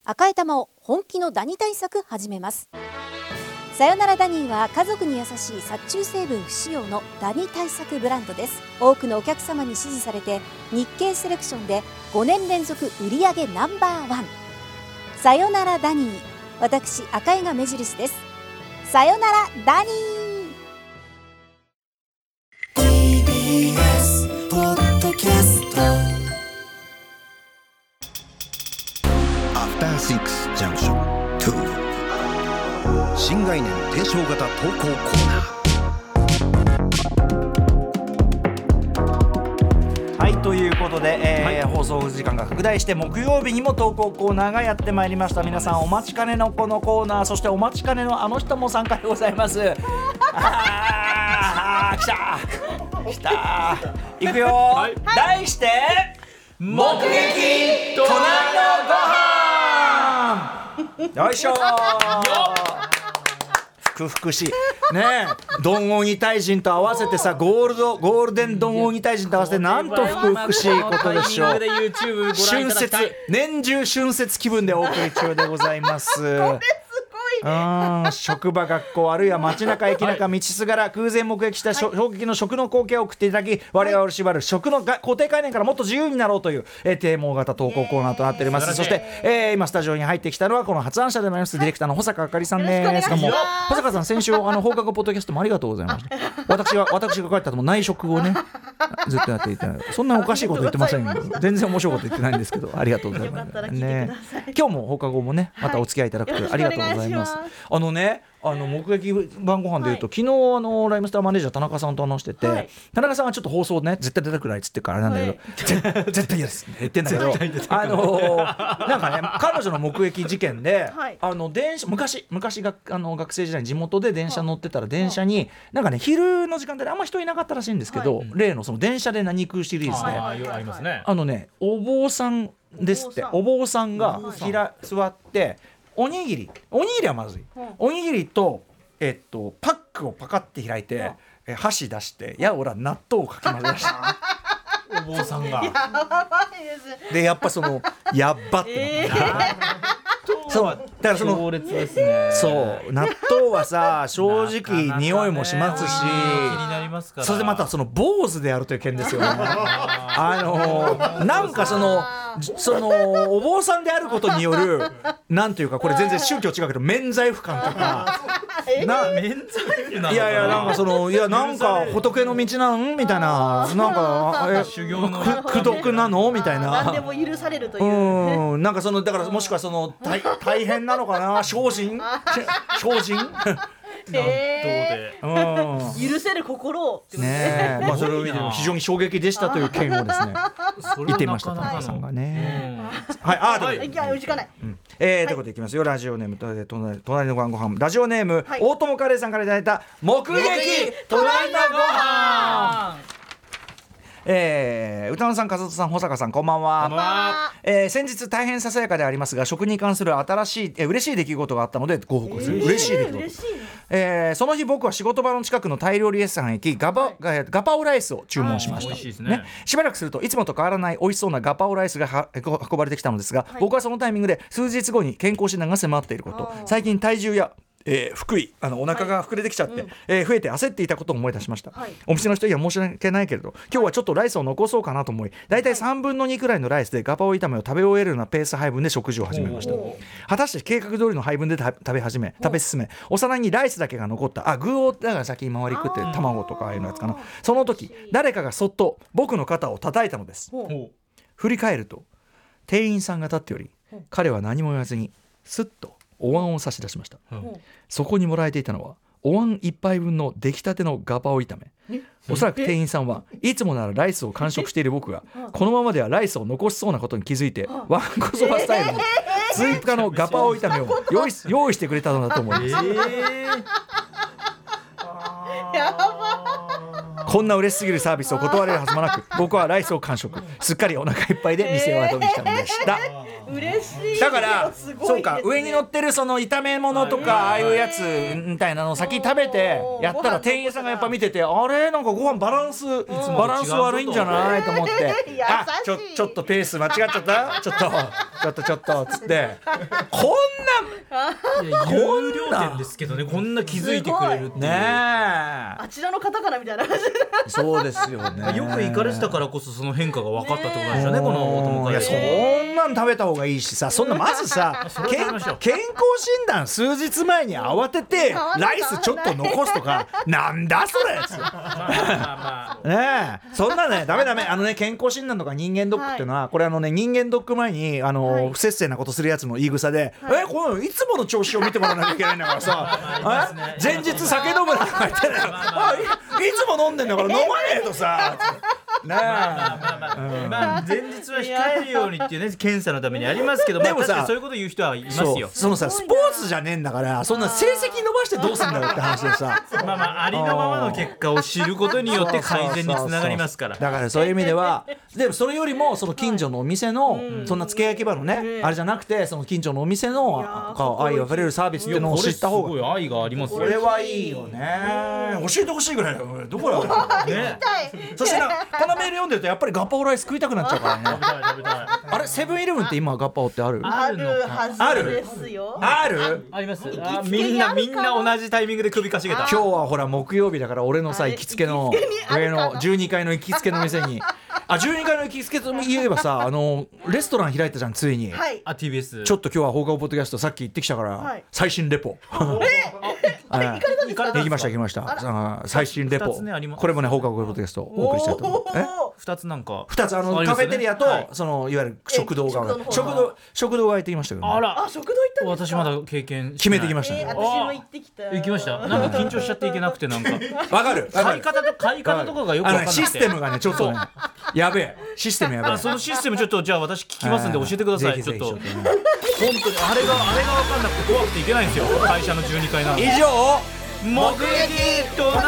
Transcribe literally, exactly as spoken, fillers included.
赤い玉を本気のダニ対策始めます。さよならダニーは家族に優しい殺虫成分不使用のダニ対策ブランドです。多くのお客様に支持されて日経セレクションでごねん連続売上ナンバーワン。さよならダニー、私赤井が目印です。さよならダニー。 ティービーエス ポッドキャストアフターシックスジャンクションツー、新概念提唱型投稿コーナー。はい、ということで、えーはい、放送時間が拡大して木曜日にも投稿コーナーがやってまいりました。皆さんお待ちかねのこのコーナー、そしてお待ちかねのあの人も参加でございます。あー、来た来たいくよ、はい、題して目撃隣のご飯よいしょふくふくしいねえ、ドンオギ大臣と合わせてさ、ゴールドゴールデンドンオギ大臣と合わせてなんとふくふくしいことでしょう。春節、年中春節気分でお送り中でございます。うん、職場、学校、あるいは街中、駅中、道すがら空前目撃した衝撃の食の光景を送っていただき、我々を縛る食の固定概念からもっと自由になろうという、えー、啓蒙型投稿コーナーとなっております。そして、えー、今スタジオに入ってきたのはこの発案者でもありますディレクターの保坂あかりさんですが、も保坂さん、先週あの放課後ポッドキャストもありがとうございました。私が私が帰ったとも内職をねずっとやっていて、そんなおかしいこと言ってませんよ。全然面白いこと言ってないんですけど、ありがとうございますね。今日も放課後もねまたお付き合いいただくとありがとうございます。あのね、あの目撃晩ご飯でいうと、はい、昨日あのライムスターマネージャー田中さんと話してて、はい、田中さんはちょっと放送ね絶対出たくないっつってからあれなんだけど、はい、絶対嫌ですって言ってんだけど、あのなんかね彼女の目撃事件で、はい、あの電車昔昔があの学生時代に地元で電車乗ってたら、電車になんかね昼の時間帯であんま人いなかったらしいんですけど、はい、例のその電車で何食うシリーズで、あありますね、あのねお坊さんですって。お坊さんがひら座っておにぎりおにぎりはまずい、うん、おにぎりと、えっと、パックをパカッて開いて、うん、え箸出してやおら納豆をかき混ぜ出したお坊さんがやばいですで、やっぱそのやっばってなった、えー、そうだからその強烈ですね。そう納豆はさ正直匂いもしますし、気になりますから、それでまたその坊主であるという件ですよねあのなんかそのそのお坊さんであることによるなんていうか、これ全然宗教違うけど免罪符感とかな、免罪符なのかな、いやいやなんかそのいやなんか仏の道なんみたいな、なんかえ修行の功徳なのみたいな、 何でも許されるという、 うん、なんかそのだからもしくはその 大, 大変なのかな、精進精進えー、うん、許せる心をってねえ、まあ、それを見ても非常に衝撃でしたという件をですね言っていました田中さんがね、はい、あー、はい、いや時間ない、うん、えー、ということでいきますよ。ラジオネーム隣、隣の晩ご飯、ラジオネーム、はい、大友カレーさんからいただいた目撃隣のご飯。えー、歌野さん、和人さん、保坂さん、こんばんは。こんばんは。えー、先日大変ささやかでありますが、食に関する新しい、えー、嬉しい出来事があったのでご報告する、えー、嬉しい出来事、えー、その日僕は仕事場の近くのタイ料理屋さんへ行き、ガパ、はい、ガパオライスを注文しました。美味しいですね。ね、しばらくするといつもと変わらない美味しそうなガパオライスが運ばれてきたのですが、はい、僕はそのタイミングで数日後に健康診断が迫っていること、最近体重やえー、腹囲あのお腹が膨れてきちゃって、はい、えー、増えて焦っていたことを思い出しました、はい、お店の人には申し訳ないけれど今日はちょっとライスを残そうかなと思い、だいたいさんぶんのにくらいのライスでガパオ炒めを食べ終えるようなペース配分で食事を始めました。果たして計画通りの配分で食べ始め食べ進め、お皿にライスだけが残った。あ、具をだから先に回り食って卵とかああいうのやつかな。その時誰かがそっと僕の肩を叩いたのです。振り返ると店員さんが立っており、彼は何も言わずにスッとお椀を差し出しました、うん、そこにもらえていたのはお椀一杯分の出来たてのガパオ炒め。おそらく店員さんはいつもならライスを完食している僕がこのままではライスを残しそうなことに気づいて、わんこそばスタイルに追加のガパオ炒めを用意、用意してくれたのだと思います、えー、やばこんな嬉しすぎるサービスを断れるはずもなく僕はライスを完食、すっかりお腹いっぱいで店を後にしたのでした、 嬉しい。 だからすごいですね。 そうか、上に乗ってるその炒め物とかああいうやつみたいなのを先食べてやったら店員さんがやっぱ見てて、あれなんかご飯バランスバランス悪いんじゃないと思ってあちょちょっとペース間違っちゃったちょっとちょっとちょっとつってこんいや有料店ですけどね、こんな気づいてくれるっていうねえあちらの方からみたいな話。 そうですよねよく行かれてたからこそその変化が分かったってことなんでしょうね、このお友会いやそんなん食べた方がいいしさ、そんなまずさ健健康診断数日前に慌ててライスちょっと残すとかなんだそれねえそんなねダメダメ。あのね健康診断とか人間ドックっていうのは、はい、これあのね人間ドック前にあの、はい、不摂生なことするやつの言い草で、はい、えこのいつもの調子を見てもらわなきゃいけないんだからさ前日酒飲むなとか言ってねいつも飲んでんだから飲まねえとさねえ、まあまあまあまあ、うんまあ、 前日は控えるようにっていうね検査のためにありますけど、でもさ、まあ、確かにそういうこと言う人はいますよ。 そのさスポーツじゃねえんだからそんな成績伸ばしてどうするんだよって話でさまあまあありのままの結果を知ることによって改善につながりますから。 だからそういう意味ではでもそれよりもその近所のお店の、はい、そんな付け焼き場のね、うん、あれじゃなくてその近所のお店の愛あふれるサービスっていうのを知った方がすごい愛がありますよ。 これはいいよね。教えてほしいぐらいどこだねそしてなこのメール読んでるとやっぱりガッパオライス食いたくなっちゃうからね食べたい食べたい。あれセブンイレブンって今ガッパオってあるあるはずですよ。 あるあります。あみんなみんな同じタイミングで首かしげた。 今日はほら木曜日だから俺のさ行きつけの上のじゅうにかいの行きつけの店にあじゅうにかいの行きつけと言えばさあのレストラン開いたじゃんついに、 はい、 あ ティービーエスちょっと今日は放課後ポッドキャストさっき行ってきたから、はい、最新レポあれ行かれたんですか。 行きました行きました最新レポ、ね、これもね放課後ポッドキャストお送りしたいと思う。えふたつなんかふたつあの、ね、カフェテリアと、はい、そのいわゆる食堂が食堂食堂が空いてきましたけど、ね、 あらあ食堂行ったんですか。 私まだ経験決めてきました、ね、 えー、私も行ってきた。 行きました。なんか緊張しちゃっていけなくてなんかわかる買い方と買い方とかがよくわかんなくて、 システムがねちょっとねやべえシステムやべえ。 あそのシステムちょっとじゃあ私聞きますんで教えてください。ちょっと本当にあれがあれが分かんなくて怖くていけないんですよ会社のじゅうにかいなの。 以上目撃トナ